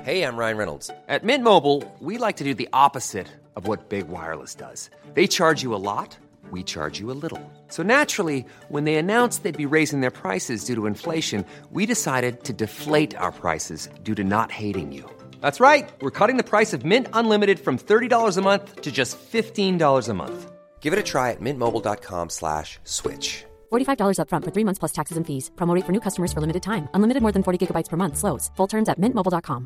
Hey, I'm Ryan Reynolds. At Mint Mobile, we like to do the opposite of what Big Wireless does. They charge you a lot, we charge you a little. So naturally, when they announced they'd be raising their prices due to inflation, we decided to deflate our prices due to not hating you. That's right. We're cutting the price of Mint Unlimited from $30 a month to just $15 a month. Give it a try at mintmobile.com/switch. $45 up front for 3 months plus taxes and fees. Promo rate for new customers for limited time. Unlimited more than 40 gigabytes per month. Slows full terms at mintmobile.com.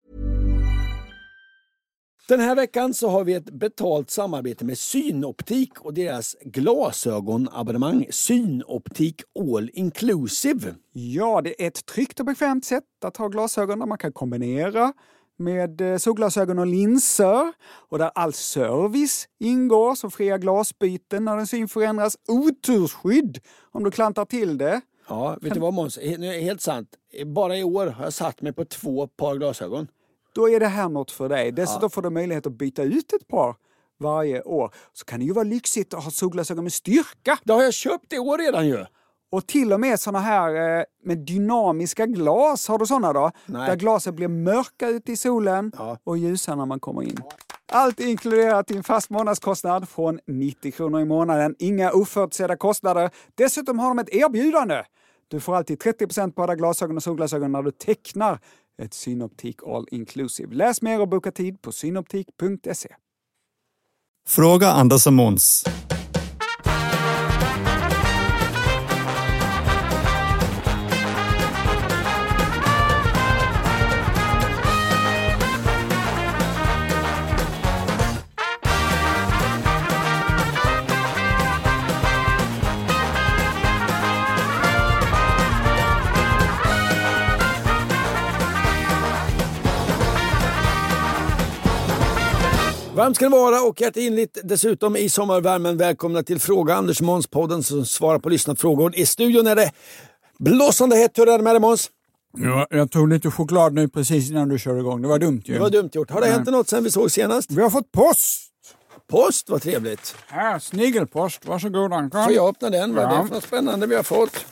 Den här veckan så har vi ett betalt samarbete med Synoptik och deras glasögonabonnemang Synoptik All Inclusive. Ja, det är ett tryggt och bekvämt sätt att ha glasögon där man kan kombinera med solglasögon och linser och där all service ingår som fria glasbyten när din syn förändras, otursskydd om du klantar till det. Ja, vet du vad Måns? Helt sant. Bara i år har jag satt mig på 2 par glasögon. Då är det här något för dig. Dessutom får du möjlighet att byta ut ett par varje år. Så kan det ju vara lyxigt att ha solglasögon med styrka. Det har jag köpt i år redan ju. Och till och med såna här med dynamiska glas. Har du såna då? Nej. Där glaset blir mörka ute i solen och ljusa när man kommer in. Allt inkluderat i en fast månadskostnad från 90 kronor i månaden. Inga oförutsedda kostnader. Dessutom har de ett erbjudande. Du får alltid 30% på alla glasögon och solglasögon när du tecknar ett Synoptik All Inclusive. Läs mer och boka tid på synoptik.se. Fråga Anders och Måns. Varmt ska det vara och hjärtinligt dessutom i sommarvärmen. Välkomna till Fråga Anders och Måns-podden som svarar på lyssnarfrågor. I studion är det blåsande hett. Hur är det med dig, Måns? Ja, jag tog lite choklad nu precis innan du körde igång. Det var dumt ju. Det var dumt gjort. Har det hänt något sen vi såg senast? Vi har fått post. Post, vad trevligt. Här, snigelpost. Varsågod, Ankan. Får jag öppna den? Vad är det för något spännande vi har fått?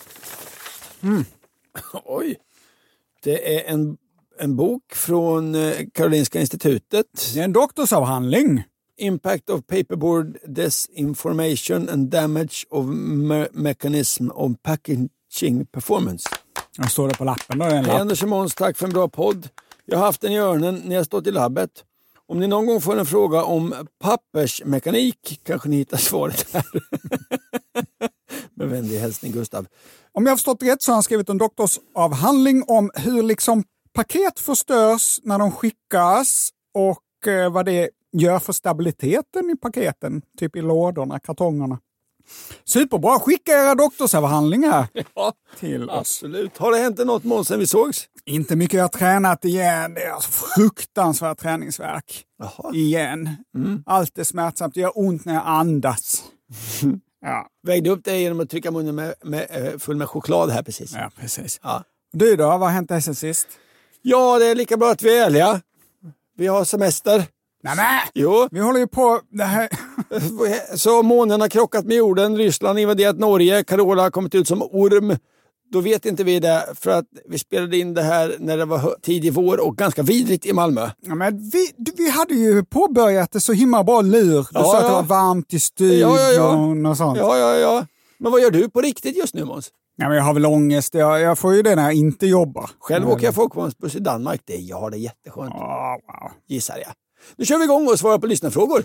Oj. Det är en bok från Karolinska institutet. Det är en doktorsavhandling. Impact of paperboard disinformation and damage of mechanism of packaging performance. Jag står det på lappen då. Hej Anders och Måns, tack för en bra podd. Jag har haft den i öronen när jag stått i labbet. Om ni någon gång får en fråga om pappersmekanik kanske ni hittar svaret här. Med vänlig hälsning, Gustav. Om jag har förstått rätt så har han skrivit en doktorsavhandling om hur liksom paket förstörs när de skickas och vad det gör för stabiliteten i paketen, typ i lådorna, kartongerna. Superbra, skicka era doktorsavhandlingar till oss. Absolut. Har det hänt något, Måns, sen vi sågs? Inte mycket, jag har tränat igen. Det är alltså fruktansvärt träningsvärk. Igen. Allt är smärtsamt, det gör ont när jag andas. Ja. Vägde upp det genom att trycka munnen full med choklad här precis. Ja, precis. Ja. Du då, vad har hänt dig sen sist? Ja, det är lika bra att vi är ärliga. Vi har semester. Nämen! Jo. Vi håller ju på det här. Så månen har krockat med jorden. Ryssland invaderat Norge. Carola har kommit ut som orm. Då vet inte vi det för att vi spelade in det här när det var tidig vår och ganska vidrigt i Malmö. Ja, men vi hade ju påbörjat det så himla bra lur. Du sa att det var varmt i studion och sånt. Ja. Men vad gör du på riktigt just nu, Måns? Ja, men jag har väl ångest. Jag får ju det när jag inte jobbar. Själv åker jag folkvagnsbuss i Danmark. Jag har det jätteskönt. Wow. Gissar jag. Nu kör vi igång och svarar på lyssnarfrågor.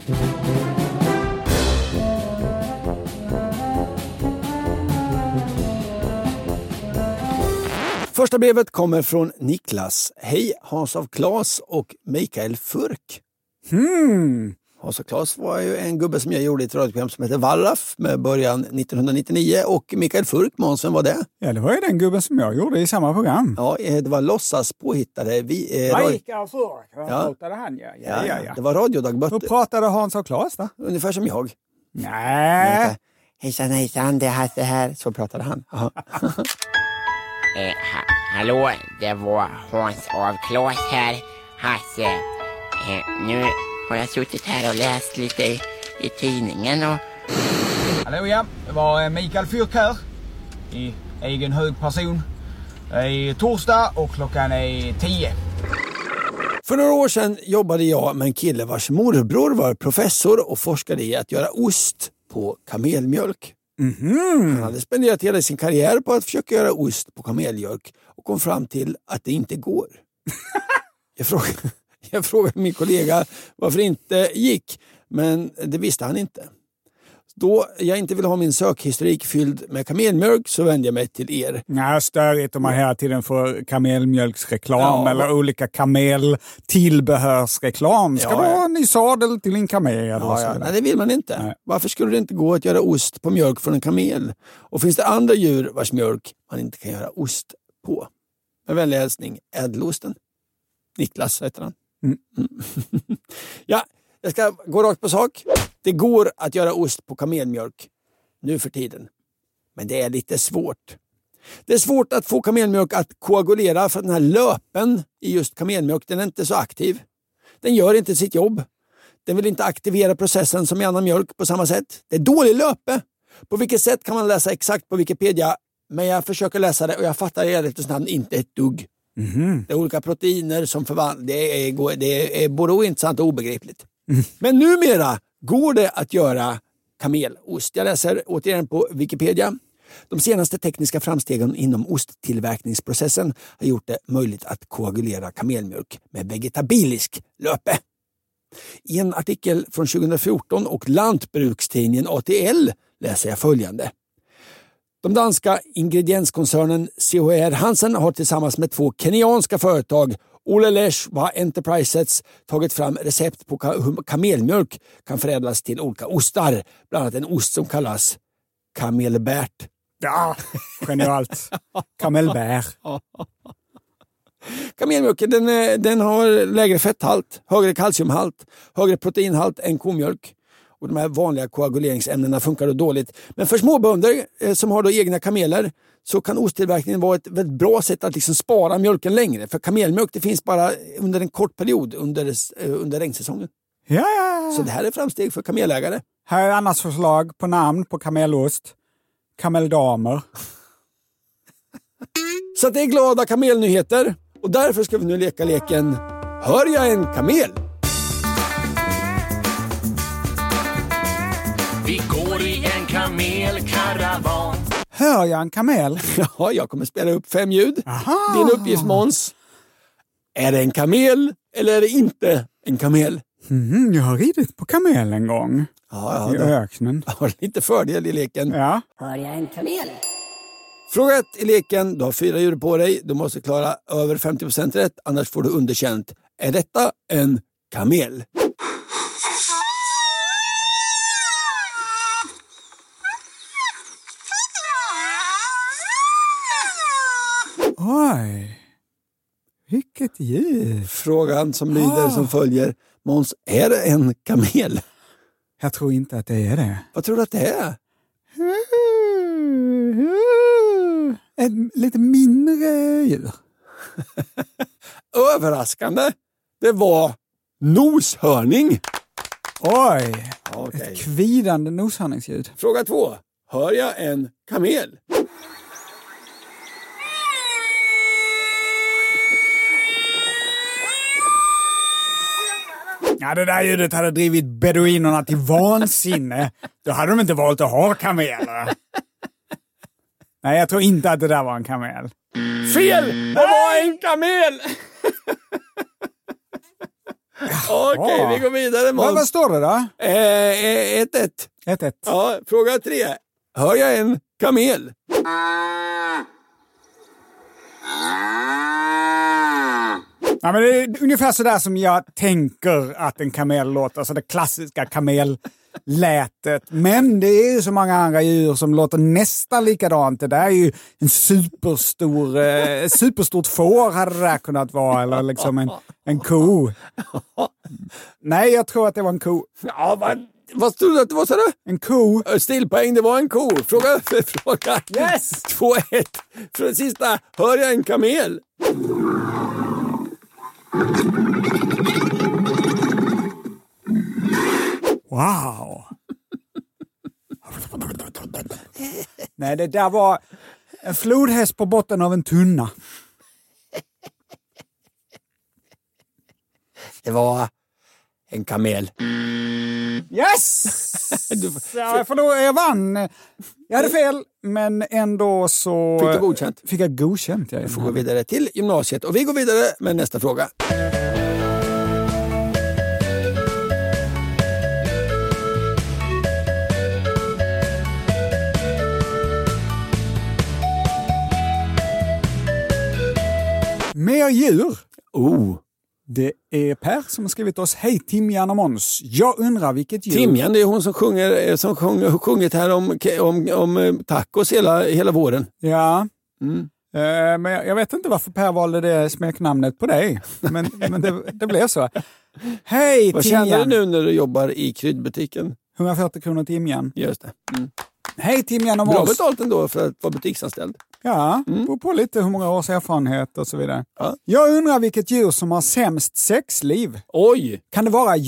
Första brevet kommer från Niklas. Hej, Hans av Klas och Mikael Furk. Hans och Klas var ju en gubbe som jag gjorde i ett radioprogram som heter Wallraff med början 1999. Och Mikael Furk, Måns, vem var det? Ja, det var ju den gubben som jag gjorde i samma program. Ja, det var låtsas påhittade. Mikael Furk, vad pratade han? Ja. Det var radiodagböter. Hur pratade Hans och Klas då? Ungefär som jag. Nej. Hejsan, det är Hasse här. Så pratade han. Hallå, det var Hans av Klas här. Hasse, nu har jag suttit här och läst lite i tidningen och... Hallå ja, det var Mikael Fyrk här. I egen hög person. Det är torsdag och klockan är 10. För några år sedan jobbade jag med en kille vars morbror var professor och forskade i att göra ost på kamelmjölk. Han hade spenderat hela sin karriär på att försöka göra ost på kamelmjölk och kom fram till att det inte går. Jag frågade min kollega varför det inte gick, men det visste han inte. Då jag inte vill ha min sökhistorik fylld med kamelmjölk så vänder jag mig till er. Nej, störigt om man hela tiden får kamelmjölksreklam eller olika kameltillbehörsreklam. Ska vara en ny sadel till en kamel. Nej, det vill man inte. Nej. Varför skulle det inte gå att göra ost på mjölk från en kamel? Och finns det andra djur vars mjölk man inte kan göra ost på? Med vänlig hälsning, ädelosten. Niklas heter han. Ja, jag ska gå rakt på sak. Det går att göra ost på kamelmjölk nu för tiden. Men det är lite svårt. Det är svårt att få kamelmjölk att koagulera för att den här löpen i just kamelmjölk, den är inte så aktiv. Den gör inte sitt jobb. Den vill inte aktivera processen som i annan mjölk på samma sätt. Det är dålig löpe. På vilket sätt kan man läsa exakt på Wikipedia? Men jag försöker läsa det och jag fattar det lite snabbt inte ett dugg. Det är olika proteiner som förvandlas. Det är både ointressant och obegripligt. Men numera går det att göra kamelost. Jag läser återigen på Wikipedia. De senaste tekniska framstegen inom osttillverkningsprocessen har gjort det möjligt att koagulera kamelmjölk med vegetabilisk löpe. I en artikel från 2014 och lantbrukstidningen ATL läser jag följande. De danska ingredienskoncernen CHR Hansen har tillsammans med 2 kenyanska företag Ole Lesch var Enterprises tagit fram recept på hur kamelmjölk kan förädlas till olika ostar. Bland annat en ost som kallas kamelbärt. Ja, genialt. Kamelbär. Kamelmjölken den har lägre fetthalt, högre kalciumhalt, högre proteinhalt än komjölk. Och de här vanliga koaguleringsämnena funkar då dåligt. Men för småbönder som har då egna kameler så kan osttillverkningen vara ett väldigt bra sätt att liksom spara mjölken längre. För kamelmjölk det finns bara under en kort period under regnsäsongen. Ja. Så det här är framsteg för kamelägare. Här är annars förslag på namn på kamelost. Kameldamer. Så det är glada kamelnyheter. Och därför ska vi nu leka leken Hör jag en kamel? Vi går i en kamelkaravan. Hör jag en kamel? Ja, jag kommer spela upp 5 ljud. Aha. Din uppgift, Måns. Är det en kamel eller är det inte en kamel? Jag har ridit på kamel en gång. Ja, i öknen. Jag har lite fördel i leken. Ja. Hör jag en kamel? Fråga 1 i leken. Du har 4 djur på dig. Du måste klara över 50% rätt. Annars får du underkänt. Är detta en kamel? Oj, vilket ljud. Frågan som lyder som följer. Måns, är det en kamel? Jag tror inte att det är det. Vad tror du att det är? Ett lite mindre djur. Överraskande. Det var noshörning. Oj, okay. Ett kvidande noshörningsljud. Fråga 2. Hör jag en kamel? Ja, det där ljudet hade drivit beduinerna till vansinne. Då hade de inte valt att ha kameler. Nej, jag tror inte att det där var en kamel. Fel! Det var en kamel! Okej, vi går vidare. Vad står det då? 1-1. 1-1. Ja, fråga 3. Hör jag en kamel? Ja, men det är ungefär så där som jag tänker att en kamel låter. Alltså det klassiska kamellätet. Men det är ju så många andra djur som låter nästan likadant. Det där är ju en superstort får hade det där kunnat vara. Eller liksom en ko. Nej, jag tror att det var en ko. Ja, vad stod det att det var, så där? En ko. Stillpoäng, det var en ko. Fråga. Yes! 2-1. Från sista, hör jag en kamel? Wow! Nej, det där var en flodhäst på botten av en tunna. Det var en kamel. Yes! Jag vann. Jag hade fel, men ändå så... Fick du godkänt? Fick jag godkänt, ja. Vi får gå vidare till gymnasiet. Och vi går vidare med nästa fråga. Mer djur. Oh. Det är Per som har skrivit oss. Hej Timjan och Måns. Jag undrar vilket djur... Timjan, det är hon som sjungit här om tacos hela våren. Ja. Men jag vet inte varför Per valde det smeknamnet på dig. Men det blev så. Hej Vad Timjan. tjänar du nu när du jobbar i kryddbutiken? 140 kronor Timjan. Just det. Hej Timjan och Måns. Bra betalt ändå för att vara butiksanställd. Ja, beror på lite hur många års erfarenhet och så vidare. Ja. Jag undrar vilket djur som har sämst sexliv. Oj! Kan det vara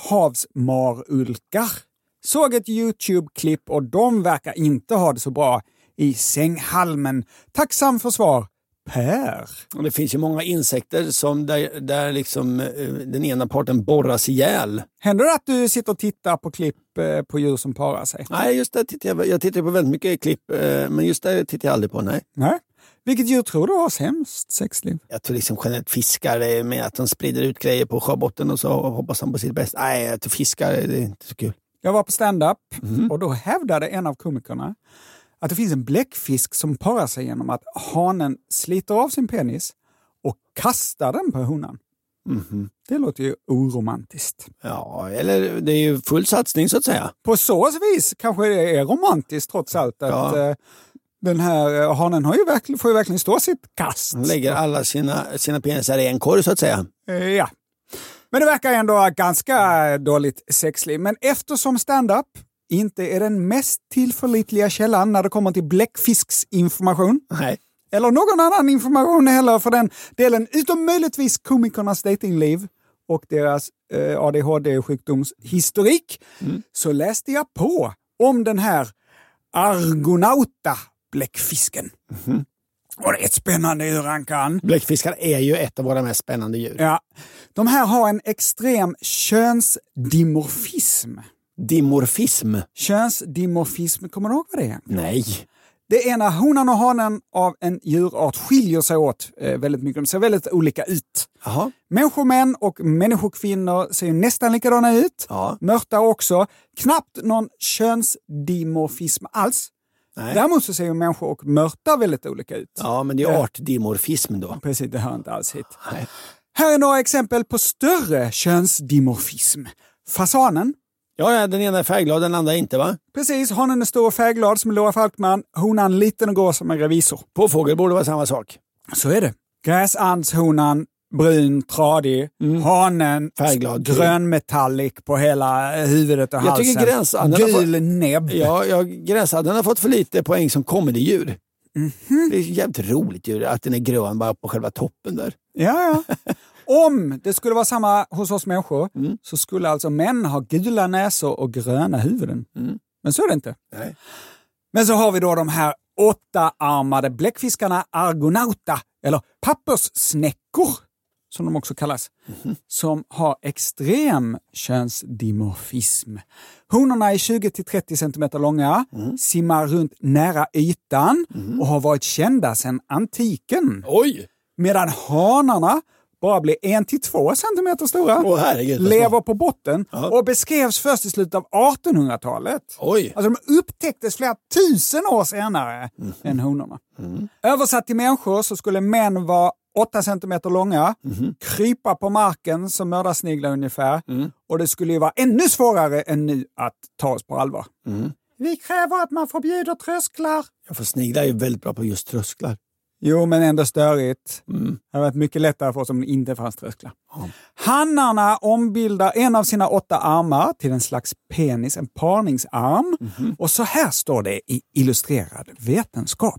djuphavsmarulkar? Såg ett YouTube-klipp och de verkar inte ha det så bra i sänghalmen. Tacksam för svar. Per. Och det finns ju många insekter som där liksom den ena parten borras ihjäl. Händer det att du sitter och tittar på klipp på djur som parar sig? Nej, just det jag tittar på väldigt mycket klipp, men just det tittar jag aldrig på, nej. Vilket djur tror du har sämst sexliv? Jag tror liksom generellt fiskar med att de sprider ut grejer på sjöbotten och så hoppas de på sitt bästa. Nej, jag tror fiskar det är inte så kul. Jag var på stand-up och då hävdade en av komikerna att det finns en bläckfisk som parar sig genom att hanen sliter av sin penis och kastar den på honan. Det låter ju oromantiskt. Ja, eller det är ju full satsning så att säga. På så vis kanske det är romantiskt trots allt att den här hanen får ju verkligen stå sitt kast. Han lägger alla sina penisar i en korg så att säga. Ja. Men det verkar ändå ganska dåligt sexliv. Men eftersom stand-up inte är den mest tillförlitliga källan när det kommer till bläckfisksinformation. Nej. Eller någon annan information heller för den delen. Utom möjligtvis komikernas datingliv och deras ADHD-sjukdomshistorik. Så läste jag på om den här Argonauta-bläckfisken. Och det är ett spännande djur han kan. Bläckfiskar är ju ett av våra mest spännande djur. Ja. De här har en extrem könsdimorfism. Dimorfism? Könsdimorfism, kommer du ihåg vad det är? Nej. Det är när honan och hanen av en djurart skiljer sig åt väldigt mycket. De ser väldigt olika ut. Aha. Människomän och människokvinnor ser nästan likadana ut. Ja. Mörta också. Knappt någon könsdimorfism alls. Nej. Däremot så ser ju människor och mörta väldigt olika ut. Ja, men det är artdimorfism då. Precis, det hör inte alls hit. Nej. Här är några exempel på större könsdimorfism. Fasanen. Ja, den ena är färgglad, den andra inte va? Precis, hanen är stor och färgglad som Laura Falkman. Honan liten och grå som en revisor. Påfågel borde vara samma sak. Så är det. Gräsandshonan, brun, tradig. Hanen, färgglad, grönmetallic på hela huvudet och halsen. Jag tycker gul näbb. Ja, gräsanden har fått för lite poäng som comedydjur. Det är ett jävligt roligt djur att den är grön bara på själva toppen där. Ja. Om det skulle vara samma hos oss människor så skulle alltså män ha gula näsor och gröna huvuden. Men så är det inte. Nej. Men så har vi då de här 8-armade bläckfiskarna Argonauta, eller papperssnäckor som de också kallas, som har extrem könsdimorfism. Honorna är 20-30 cm långa, simmar runt nära ytan och har varit kända sedan antiken. Oj! Medan hanarna bara blir 1-2 centimeter stora, herregud, lever på botten och beskrevs först i slutet av 1800-talet. Oj. Alltså de upptäcktes flera tusen år senare än honorna. Översatt till människor så skulle män vara 8 centimeter långa, krypa på marken som mördarsniglar ungefär. Och det skulle ju vara ännu svårare än nu att ta oss på allvar. Vi kräver att man förbjuder trösklar. Ja, för sniglar är ju väldigt bra på just trösklar. Jo, men ändå störigt. Det hade varit mycket lättare för oss om det inte fanns trösklar. Hannarna ombildar en av sina 8 armar till en slags penis, en parningsarm. Och så här står det i Illustrerad vetenskap.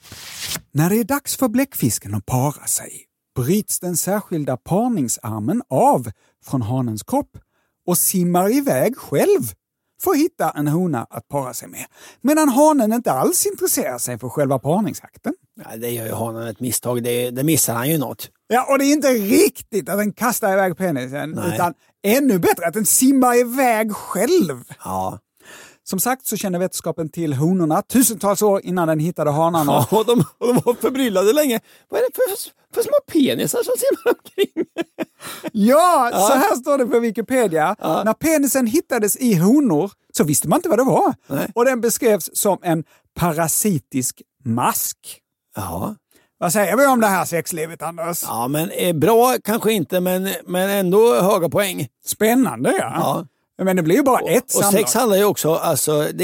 När det är dags för bläckfisken att para sig bryts den särskilda parningsarmen av från hanens kropp och simmar iväg själv för att hitta en hona att para sig med. Medan hanen inte alls intresserar sig för själva parningsakten. Ja, det gör ju hanen ett misstag. Det missar han ju något. Ja, och det är inte riktigt att den kastar iväg penisen. Nej. Utan ännu bättre att den simmar iväg själv. Ja. Som sagt så känner vetenskapen till honorna tusentals år innan den hittade hanarna. Ja, och de var förbryllade länge. Vad är det för små penisar som simmar omkring? Ja, så här står det på Wikipedia. Ja. När penisen hittades i honor så visste man inte vad det var. Nej. Och den beskrevs som en parasitisk mask. Ja. Vad säger vi om det här sexlivet, Anders? Ja, men bra kanske inte, men ändå höga poäng. Spännande, ja. Men det blir ju bara ett Och samlag. sex handlar ju också, alltså det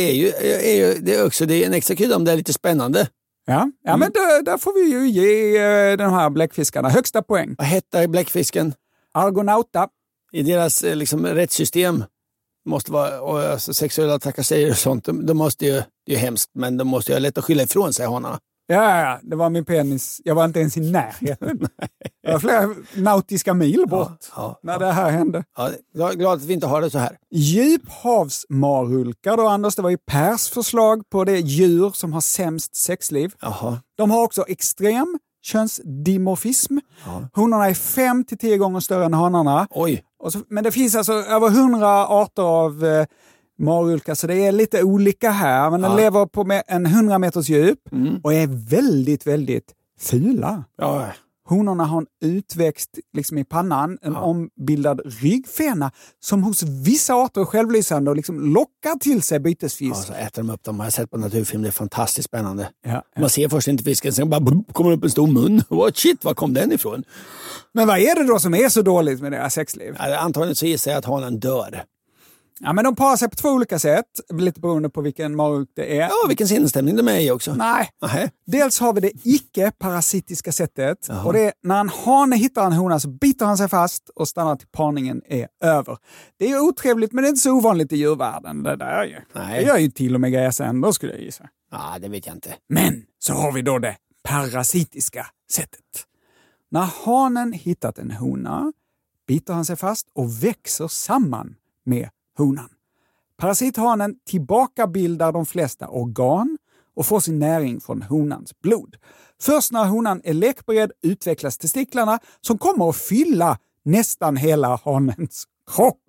är en extra krydda om det är lite spännande. Ja, men där får vi ju ge de här bläckfiskarna högsta poäng. Vad heter bläckfisken? Argonauta. I deras rättssystem måste vara, och alltså, sexuella trakasserier och sånt, de måste ju, det är ju hemskt, men de måste ju ha lätt att skylla ifrån sig, hanarna. Ja, det var min penis. Jag var inte ens i närheten. Jag var flera nautiska mil bort när det här hände. Ja, jag är glad att vi inte har det så här. Djuphavsmarulkar då, Anders, det var ju Pers förslag på det djur som har sämst sexliv. Jaha. De har också extrem könsdimorfism. Honorna är 5-10 gånger större än hanarna. Oj. Men det finns alltså över 100 arter av marulkar, så det är lite olika här. Men den lever på med en 100 meters djup och är väldigt, väldigt fula. Ja. Honorna har en utväxt liksom i pannan, en ombildad ryggfena som hos vissa arter är självlysande och liksom lockar till sig bytesfisk. Ja, så äter de upp dem. Jag har sett på naturfilm, det är fantastiskt spännande. Ja. Man ser först inte fisken, sen bara kommer upp en stor mun. Shit, var kom den ifrån? Men vad är det då som är så dåligt med deras sexliv? Ja, antagligen så gissar jag att hanen dör. Ja, men de parar sig på 2 olika sätt, lite beroende på vilken marulk det är. Ja, vilken sinnesstämning de är i också. Nej. Dels har vi det icke-parasitiska sättet. Jaha. Och det är när en hane hittar en hona så biter han sig fast och stannar till parningen är över. Det är otrevligt, men det är inte så ovanligt i djurvärlden. Det där ju. Nej. Det gör ju till och med gräsänder, skulle jag gissa. Ja, det vet jag inte. Men så har vi då det parasitiska sättet. När hanen hittat en hona biter han sig fast och växer samman med honan. Parasithanen tillbakabildar de flesta organ och får sin näring från honans blod. Först när honan är lekberedd utvecklas testiklarna som kommer att fylla nästan hela hanens kropp.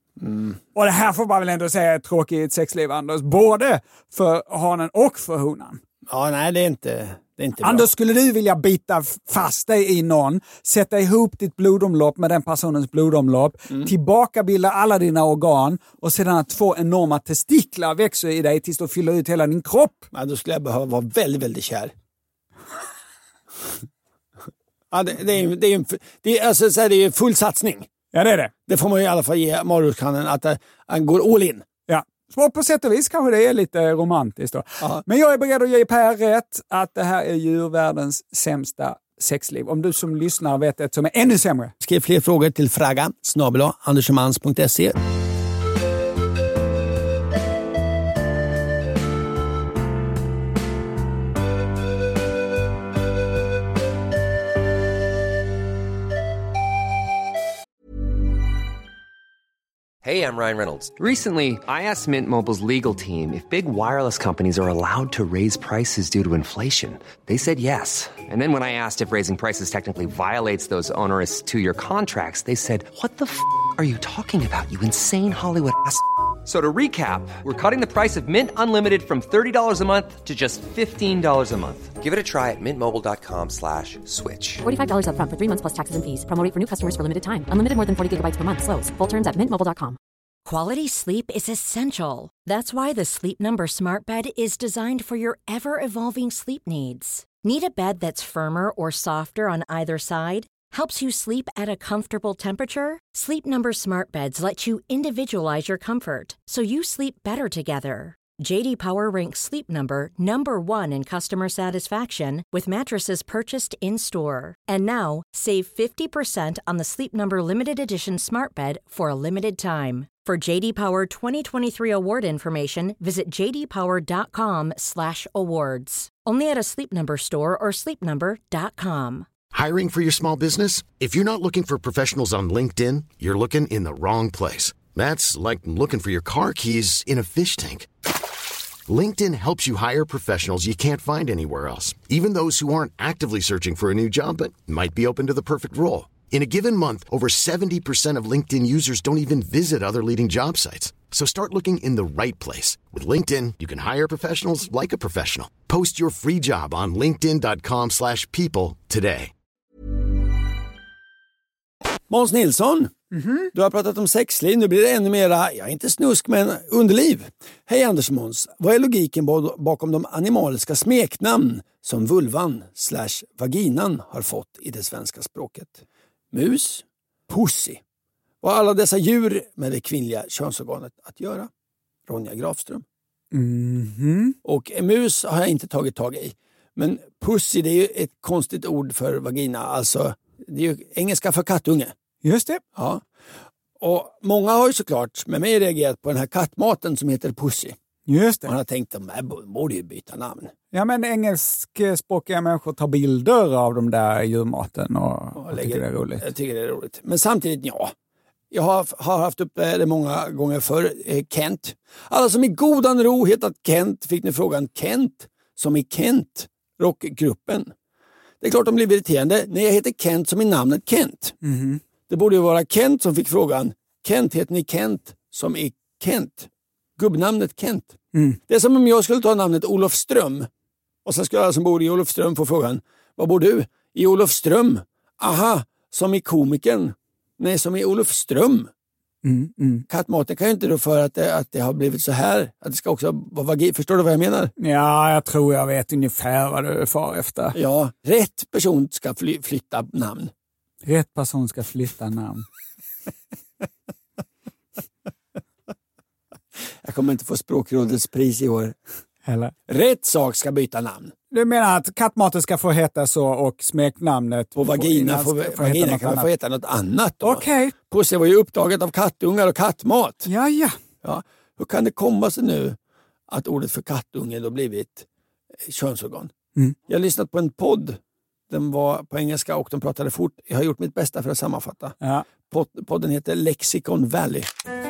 Och det här får man väl ändå säga är ett tråkigt sexliv, Anders. Både för hanen och för honan. Ja, nej, det är inte bra. Anders, skulle du vilja bita fast dig i någon, sätta ihop ditt blodomlopp med den personens blodomlopp, tillbakabilda alla dina organ och sedan att 2 enorma testiklar växer i dig tills du fyller ut hela din kropp? Ja, då skulle jag behöva vara väldigt, väldigt kär. Ja, det är ju full satsning. Ja, det är det. Det får man ju i alla fall ge marulkanen, att han går all in. Ja. Så på sätt och vis kanske det är lite romantiskt då. Aha. Men jag är beredd att ge Per rätt att det här är djurvärldens sämsta sexliv. Om du som lyssnar vet ett som är ännu sämre. Skriv fler frågor till fraga@andersomans.se. Hey, I'm Ryan Reynolds. Recently, I asked Mint Mobile's legal team if big wireless companies are allowed to raise prices due to inflation. They said yes. And then when I asked if raising prices technically violates those onerous 2-year contracts, they said, "What the f*** are you talking about, you insane Hollywood ass?" So to recap, we're cutting the price of Mint Unlimited from $30 a month to just $15 a month. Give it a try at mintmobile.com/switch. $45 up front for 3 months plus taxes and fees. Promo rate for new customers for limited time. Unlimited more than 40 gigabytes per month. Slows full terms at mintmobile.com. Quality sleep is essential. That's why the Sleep Number Smart Bed is designed for your ever-evolving sleep needs. Need a bed that's firmer or softer on either side? Helps you sleep at a comfortable temperature? Sleep Number Smart Beds let you individualize your comfort so you sleep better together. JD Power ranks Sleep Number #1 in customer satisfaction with mattresses purchased in-store. And now, save 50% on the Sleep Number Limited Edition Smart Bed for a limited time. For JD Power 2023 award information, visit jdpower.com/awards. Only at a Sleep Number store or sleepnumber.com. Hiring for your small business? If you're not looking for professionals on LinkedIn, you're looking in the wrong place. That's like looking for your car keys in a fish tank. LinkedIn helps you hire professionals you can't find anywhere else, even those who aren't actively searching for a new job but might be open to the perfect role. In a given month, over 70% of LinkedIn users don't even visit other leading job sites. So start looking in the right place. With LinkedIn, you can hire professionals like a professional. Post your free job on linkedin.com/people today. Måns Nilsson, du har pratat om sexliv. Nu blir det ännu mera, inte snusk men underliv. Hej Anders Måns, vad är logiken bakom de animaliska smeknamn som vulvan/vaginan har fått i det svenska språket? Mus, pussy. Vad har alla dessa djur med det kvinnliga könsorganet att göra? Ronja Grafström. Och mus har jag inte tagit tag i. Men pussy, det är ju ett konstigt ord för vagina. Alltså, det är ju engelska för kattunge. Just det. Ja. Och många har ju såklart med mig reagerat på den här kattmaten som heter pussy. Just det. Man har tänkt att de borde ju byta namn. Ja, men engelskspråkiga människor tar bilder av de där djurmaten och tycker det är roligt. Jag tycker det är roligt. Men samtidigt, ja. Jag har haft upp det många gånger för Kent. Alla som i godan ro hetat Kent fick nu frågan Kent som i Kent, rockgruppen. Det är klart de blir irriterande när jag heter Kent som i namnet Kent. Det borde ju vara Kent som fick frågan. Kent, heter ni Kent som i Kent? Gubbnamnet Kent. Det är som om jag skulle ta namnet Olofström. Och sen skulle alla som bor i Olofström få frågan. Vad bor du? I Olofström. Aha, som i komikern. Nej, som i Olofström. Kattmaten kan ju inte då för att det har blivit så här. Att det ska också vara vagin. Förstår du vad jag menar? Ja, jag tror jag vet ungefär vad du far efter. Ja, rätt person ska flytta namn. Rätt person ska flytta namn. Jag kommer inte få Språkrådets pris i år. Eller? Rätt sak ska byta namn. Du menar att kattmaten ska få heta så och smeknamnet på vagina kan få heta något annat då? Okej. Pussy var ju upptaget av kattungar och kattmat. Ja. Hur kan det komma sig nu att ordet för kattunge då blivit könsorgan? Jag har lyssnat på en podd. Den var på engelska och de pratade fort. Jag har gjort mitt bästa för att sammanfatta. Ja. Podden heter Lexicon Valley.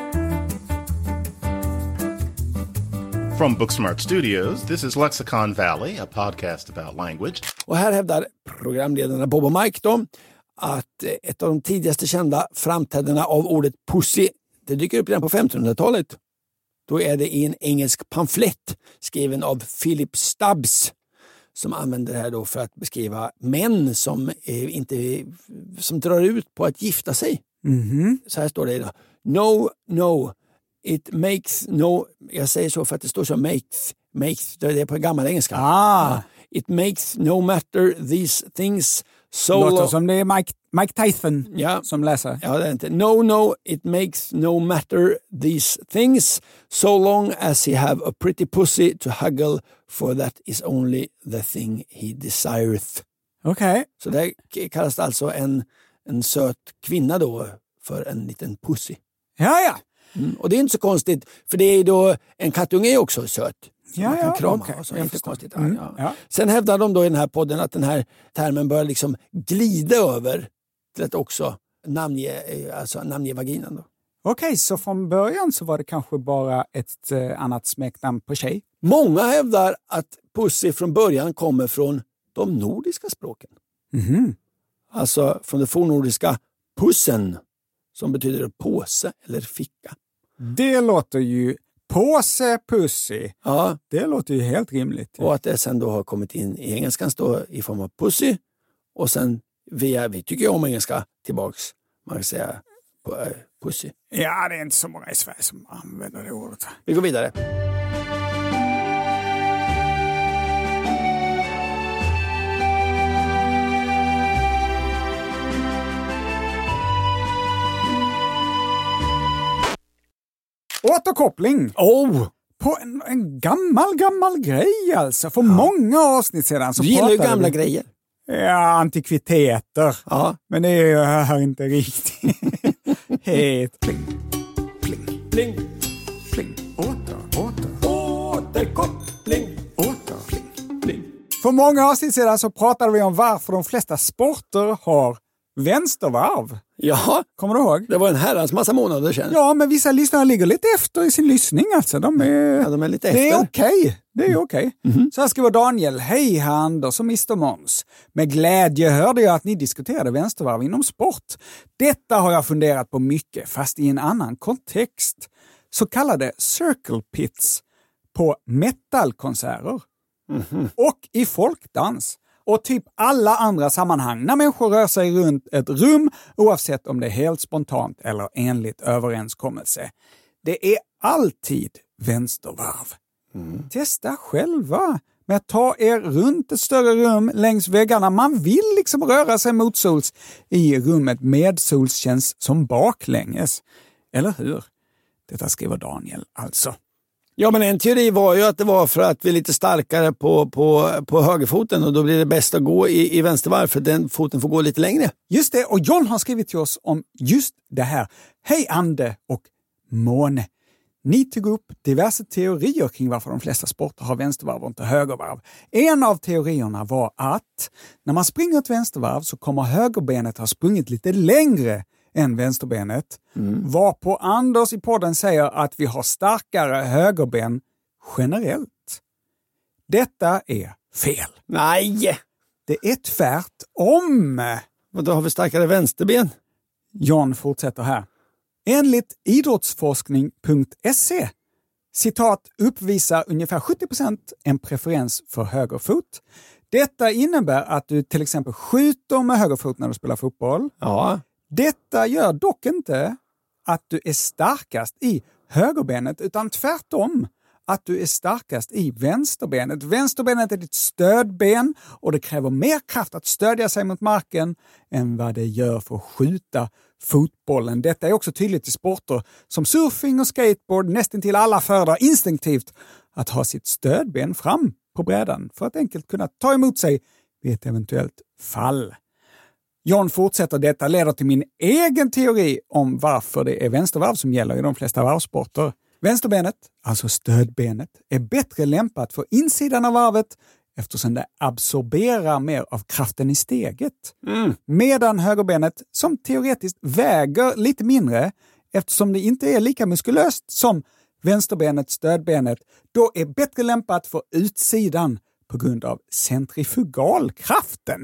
From Booksmart Studios, this is Lexicon Valley, a podcast about language. Och här hävdar programledarna Bob och Mike då att ett av de tidigaste kända framträdandena av ordet pussy, det dyker upp redan på 1500-talet. Då är det i en engelsk pamflett skriven av Philip Stubbs som använder det här då för att beskriva män som drar ut på att gifta sig. Så här står det då. No. It makes no... Jag säger så för att det står så makes det är på gammal engelska. It makes no matter these things so... Låter som det är Mike Tyson som läser. Ja, det är inte. No, it makes no matter these things so long as he have a pretty pussy to huggle for that is only the thing he desireth. Okej. Så det kallas alltså en söt kvinna då för en liten pussy. Ja. Och det är inte så konstigt, för det är då en kattunge är också söt. Man kan krama okay. och så. Inte konstigt. Ja. Sen hävdar de då i den här podden att den här termen börjar liksom glida över till att också namnge vaginan då. Okej, så från början så var det kanske bara ett annat smeknamn på tjej? Många hävdar att pussy från början kommer från de nordiska språken. Alltså från det fornnordiska pussen, som betyder påse eller ficka. Det låter ju påse, pussy. Ja. Det låter ju helt rimligt. Och att det sen då har kommit in i engelskan då i form av pussy. Och sen vi tycker ju om engelska tillbaks. Man kan säga pussy. Ja, det är inte så många i Sverige som använder det ordet. Vi går vidare. Återkoppling. På en gammal grej alltså. För många avsnitt sedan så pratade du gillar ju gamla grejer. Ja, antikviteter. Ja. Men det är ju här inte riktigt. Helt pling. Återkoppling. För många avsnitt sedan så pratade vi om varför de flesta sporter har vänstervarv. Ja, kommer du ihåg? Det var en herrans massa månader sedan. Ja, men vissa lyssnare ligger lite efter i sin lyssning. Alltså. De är lite efter. Det är okej. Det är okej. Så här skriver Daniel. Hej Anders och Mr. Måns. Med glädje hörde jag att ni diskuterade vänstervarv inom sport. Detta har jag funderat på mycket, fast i en annan kontext. Så kallade circle pits på metalkonserter. Och i folkdans. Och typ alla andra sammanhang när människor rör sig runt ett rum, oavsett om det är helt spontant eller enligt överenskommelse. Det är alltid vänstervarv. Testa själva med att ta er runt ett större rum längs väggarna. Man vill liksom röra sig motsols i rummet. Medsols känns som baklänges. Eller hur? Detta skriver Daniel alltså. Ja, men en teori var ju att det var för att vi är lite starkare på högerfoten och då blir det bäst att gå i vänstervarv för den foten får gå lite längre. Just det, och John har skrivit till oss om just det här. Hej Ande och Måne. Ni tog upp diverse teorier kring varför de flesta sporter har vänstervarv och inte högervarv. En av teorierna var att när man springer ett vänstervarv så kommer högerbenet ha sprungit lite längre än vänsterbenet. Varpå Anders i podden säger att vi har starkare högerben generellt. Detta är fel. Nej! Det är tvärtom. Då har vi starkare vänsterben. John fortsätter här. Enligt idrottsforskning.se citat uppvisar ungefär 70% en preferens för högerfot. Detta innebär att du till exempel skjuter med högerfot när du spelar fotboll. Ja. Detta gör dock inte att du är starkast i högerbenet utan tvärtom att du är starkast i vänsterbenet. Vänsterbenet är ditt stödben och det kräver mer kraft att stödja sig mot marken än vad det gör för att skjuta fotbollen. Detta är också tydligt i sporter som surfing och skateboard. Nästan till alla föredrar instinktivt att ha sitt stödben fram på brädan för att enkelt kunna ta emot sig vid ett eventuellt fall. John fortsätter, detta leder till min egen teori om varför det är vänstervarv som gäller i de flesta varvsporter. Vänsterbenet, alltså stödbenet, är bättre lämpat för insidan av varvet eftersom det absorberar mer av kraften i steget. Medan högerbenet, som teoretiskt väger lite mindre eftersom det inte är lika muskulöst som vänsterbenet, stödbenet, då är bättre lämpat för utsidan på grund av centrifugalkraften.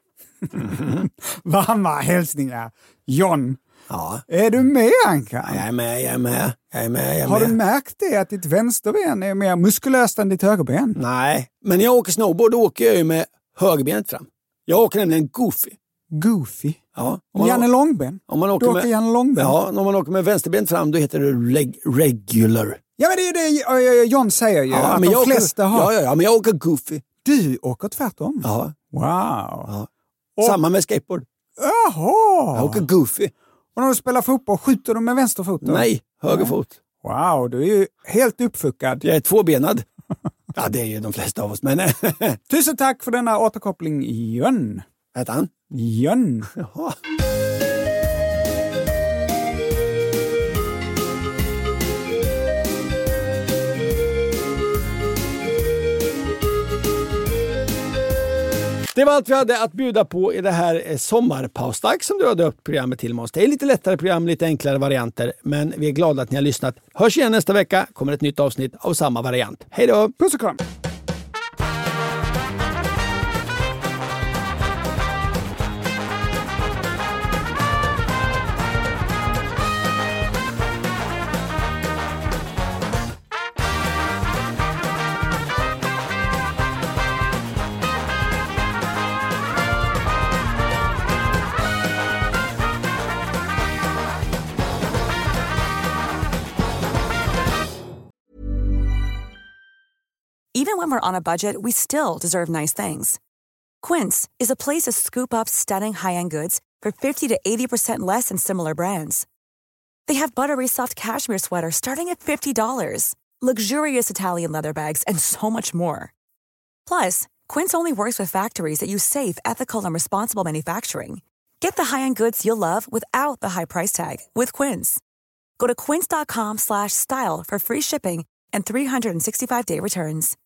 Varma hälsningar, John. Ja. Är du med, Anka? Jag är med. Har du märkt det att ditt vänsterben är mer muskulöst än ditt högerben? Nej, men när jag åker snowboard åker jag ju med högerbenet fram. Jag åker nämligen goofy. Goofy? Ja. Janne Långben? Om man åker med Janne Långben? Ja, om man åker med vänsterbenet fram då heter det regular. Ja, men det är det John säger ju. Ja, att men de flesta har... Ja, men jag åker goofy. Du åker tvärtom? Ja. Wow. Ja. Samma med skateboard. Jaha. Jag åker goofy. Och när du spelar fotboll, skjuter du med vänsterfot då? Nej, högerfot. Wow, du är ju helt uppfuckad. Jag är tvåbenad. Ja, det är ju de flesta av oss. Men tusen tack för denna återkoppling, Jön. Vad heter han? Jön. Jaha. Det var allt vi hade att bjuda på i det här sommarpausdags som du har döpt programmet till oss. Det är lite lättare program, lite enklare varianter, men vi är glada att ni har lyssnat. Hörs igen nästa vecka, kommer ett nytt avsnitt av samma variant. Hej då! Puss och kram! Even when we're on a budget, we still deserve nice things. Quince is a place to scoop up stunning high-end goods for 50 to 80% less than similar brands. They have buttery soft cashmere sweaters starting at $50, luxurious Italian leather bags, and so much more. Plus, Quince only works with factories that use safe, ethical, and responsible manufacturing. Get the high-end goods you'll love without the high price tag with Quince. Go to quince.com/style for free shipping and 365-day returns.